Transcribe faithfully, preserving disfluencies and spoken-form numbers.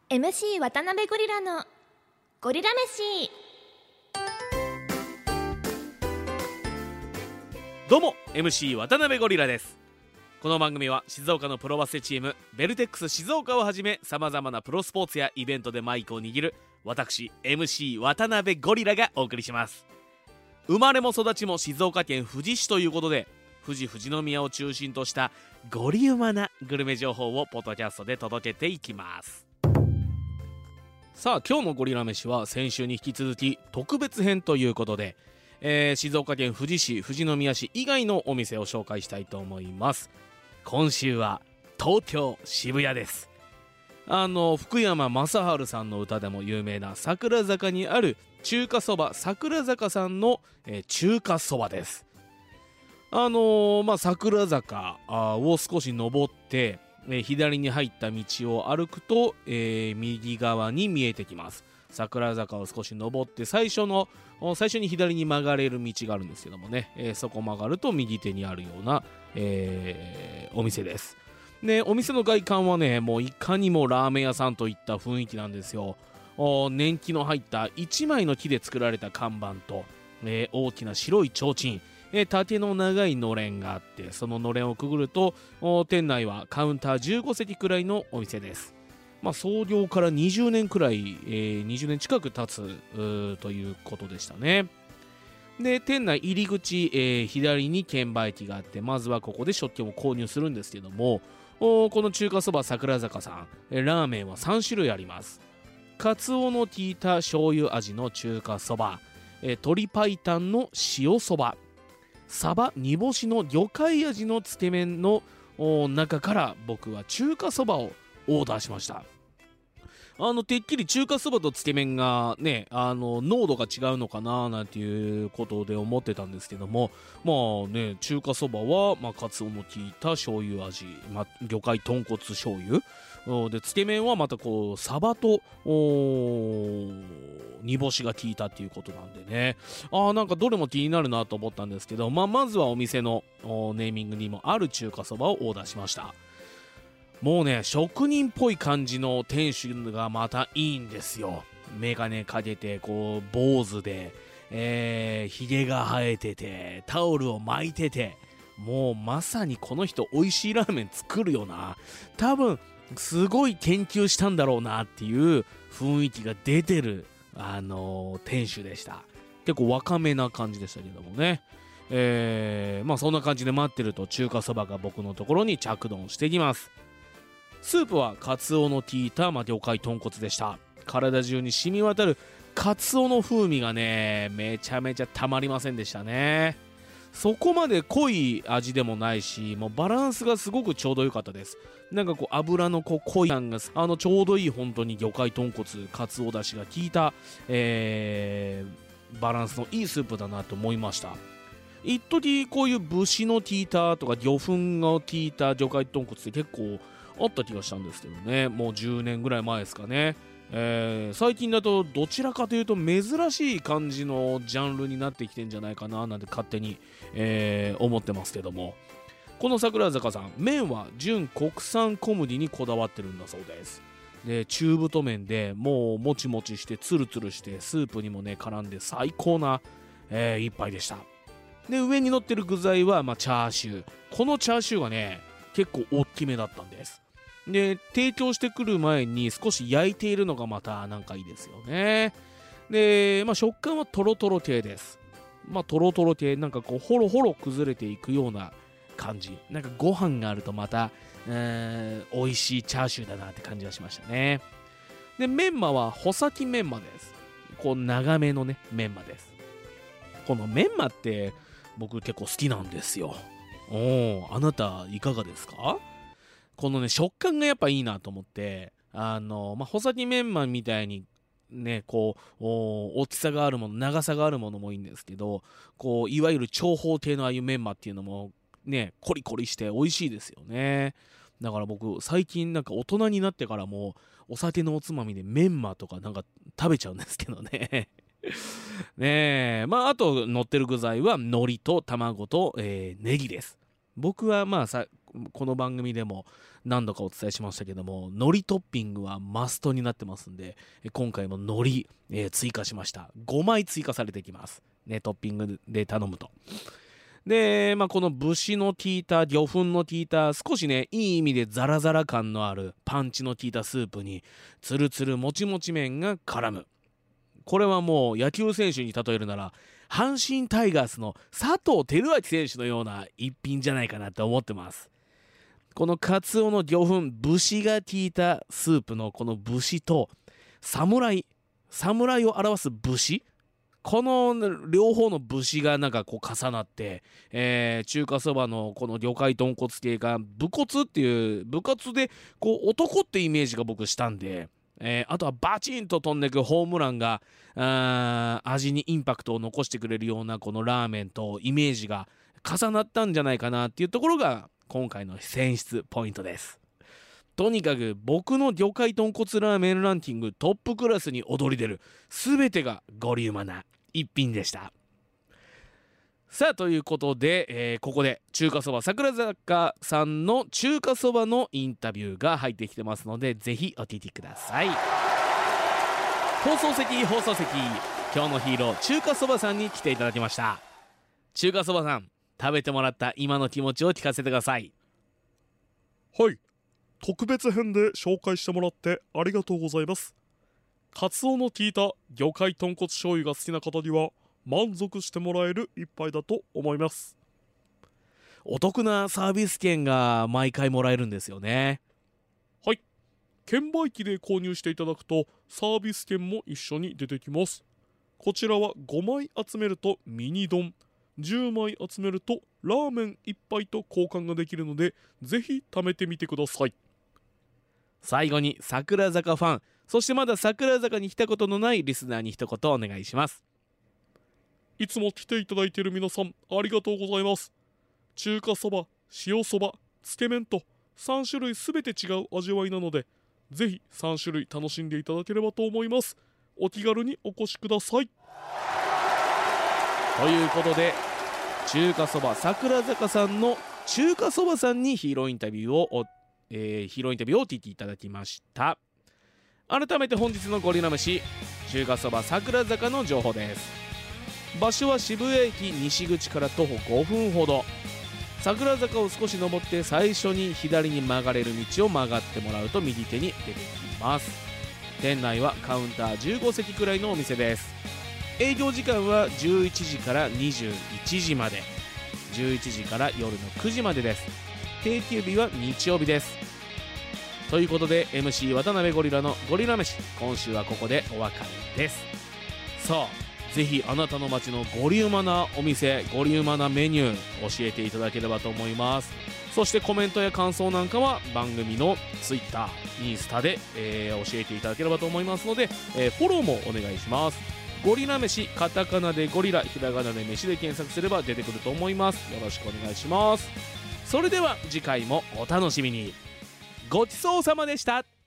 エムシー 渡辺ゴリラのゴリラ飯。 どうも エムシー 渡辺ゴリラです。この番組は静岡のプロバスケチームベルテックス静岡をはじめさまざまなプロスポーツやイベントでマイクを握る私 エムシー 渡辺ゴリラがお送りします。生まれも育ちも静岡県富士市ということで、富士富士宮を中心としたゴリウマなグルメ情報をポッドキャストで届けていきます。さあ、今日のゴリラ飯は先週に引き続き特別編ということで、えー、静岡県富士市富士宮市以外のお店を紹介したいと思います。今週は東京渋谷です。あの福山雅治さんの歌でも有名な桜坂にある中華そば桜坂さんの、えー、中華そばです。あのー、まあ桜坂を少し登ってえー、左に入った道を歩くと、えー、右側に見えてきます。桜坂を少し登って最初の最初に左に曲がれる道があるんですけどもね、えー、そこ曲がると右手にあるような、えー、お店です。で、お店の外観はね、もういかにもラーメン屋さんといった雰囲気なんですよ。年季の入ったいちまいの木で作られた看板と、えー、大きな白い提灯、えー、縦の長いのれんがあって、そののれんをくぐると店内はカウンターじゅうごせきくらいのお店です。まあ、創業からにじゅうねんくらい、えー、にじゅうねん近く経つということでしたね。で、店内入り口、えー、左に券売機があって、まずはここで食器を購入するんですけども、この中華そば桜坂さん、えー、ラーメンはさんしゅるいあります。カツオの効いた醤油味の中華そば、えー、鶏白湯の塩そば、サバ煮干しの魚介味のつけ麺の中から僕は中華そばをオーダーしました。あのてっきり中華そばとつけ麺がね、あの濃度が違うのかななんていうことで思ってたんですけども、まあね、中華そばは、まあ、カツオの効いた醤油味、まあ、魚介豚骨醤油で、つけ麺はまたこうサバと煮干しが効いたっていうことなんでね、あーなんかどれも気になるなと思ったんですけど、まあ、まずはお店のネーミングにもある中華そばをオーダーしました。もうね、職人っぽい感じの店主がまたいいんですよ。メガネかけて、こう坊主で、えー、ひげが生えてて、タオルを巻いてて、もうまさにこの人美味しいラーメン作るよな、多分すごい研究したんだろうなっていう雰囲気が出てる、あのー、店主でした。結構若めな感じでしたけどもね、えー、まあそんな感じで待ってると中華そばが僕のところに着丼してきます。スープはカツオの効いた、まあ、魚介豚骨でした。体中に染み渡るカツオの風味がね、めちゃめちゃたまりませんでしたね。そこまで濃い味でもないし、もうバランスがすごくちょうど良かったです。なんかこう油のこう濃い感があのちょうどいい、本当に魚介豚骨カツオだしが効いた、えー、バランスのいいスープだなと思いました。一時こういう節の効いたとか魚粉が効いた魚介豚骨って結構あった気がしたんですけどね、もうじゅうねんぐらい前ですかね。えー、最近だとどちらかというと珍しい感じのジャンルになってきてんじゃないかななんて勝手に、えー、思ってますけども、この桜坂さん、麺は純国産小麦にこだわってるんだそうです。で、中太麺でもうもちもちしてツルツルして、スープにもね絡んで最高な、えー、一杯でした。で、上に乗ってる具材は、まあ、チャーシュー。このチャーシューがね結構大きめだったんです。で、提供してくる前に少し焼いているのがまたなんかいいですよね。で、まあ、食感はトロトロ系です。まあトロトロ系、なんかこうホロホロ崩れていくような感じ。なんかご飯があるとまた、えー、美味しいチャーシューだなって感じがしましたね。で、メンマは穂先メンマです。こう長めのねメンマです。このメンマって僕結構好きなんですよ。おー、あなたいかがですか？このね食感がやっぱいいなと思って、あのまあ穂先メンマみたいにね、こう大きさがあるもの、長さがあるものもいいんですけど、こういわゆる長方形のああいうメンマっていうのもね、コリコリして美味しいですよね。だから僕最近なんか大人になってからもお酒のおつまみでメンマとかなんか食べちゃうんですけどねねえ、まああと乗ってる具材は海苔と卵と、えー、ネギです。僕はまあさこの番組でも何度かお伝えしましたけども、海苔トッピングはマストになってますんで、今回も海苔、えー、追加しました。ごまい追加されてきますね、トッピングで頼むと。で、まあ、この節の効いた、魚粉の効いた、少しね、いい意味でザラザラ感のあるパンチの効いたスープにツルツルもちもち麺が絡む。これはもう野球選手に例えるなら阪神タイガースの佐藤輝明選手のような一品じゃないかなと思ってます。このカツオの魚粉、節が効いたスープのこの節と侍侍を表す節、この両方の節がなんかこう重なって、えー、中華そばのこの魚介豚骨系が武骨っていう部活でこう男ってイメージが僕したんで、えー、あとはバチンと飛んでくホームランがあ味にインパクトを残してくれるようなこのラーメンとイメージが重なったんじゃないかなっていうところが今回の選出ポイントです。とにかく僕の魚介豚骨ラーメンランキングトップクラスに躍り出る全てがゴリウマな一品でした。さあということで、えー、ここで中華そば桜坂さんの中華そばのインタビューが入ってきてますので、ぜひお聞きください。放送席放送席、今日のヒーロー中華そばさんに来ていただきました。中華そばさん、食べてもらった今の気持ちを聞かせてください。 はい、特別編で紹介してもらってありがとうございます。カツオの効いた魚介豚骨醤油が好きな方には満足してもらえる一杯だと思います。 お得なサービス券が毎回もらえるんですよね。 はい、券売機で購入していただくとサービス券も一緒に出てきます。こちらはごまい集めるとミニ丼、じゅうまい集めるとラーメンいっぱいと交換ができるので、ぜひ貯めてみてください。 最後に桜坂ファン、そしてまだ桜坂に来たことのないリスナーに一言お願いします。 いつも来ていただいている皆さん、ありがとうございます。中華そば、塩そば、つけ麺とさん種類すべて違う味わいなので、ぜひさん種類楽しんでいただければと思います。お気軽にお越しください。 ということで、中華そば桜坂さんの中華そばさんにヒーローインタビューを、えー、ヒーローインタビューを聞いていただきました。改めて本日のゴリラ飯、中華そば桜坂の情報です。場所は渋谷駅西口から徒歩ごふんほど。桜坂を少し登って最初に左に曲がれる道を曲がってもらうと右手に出てきます。店内はカウンターじゅうごせきくらいのお店です。営業時間はじゅういちじからにじゅういちじまで、じゅういちじから夜のくじまでです。定休日は日曜日です。ということで エムシー 渡辺ゴリラのゴリラ飯、今週はここでお別れです。さあぜひあなたの街のゴリウマなお店、ゴリウマなメニュー教えていただければと思います。そしてコメントや感想なんかは番組の Twitter、インスタで、えー、教えていただければと思いますので、えー、フォローもお願いします。ゴリラ飯、カタカナでゴリラ、ひらがなで飯で検索すれば出てくると思います。よろしくお願いします。それでは次回もお楽しみに。ごちそうさまでした。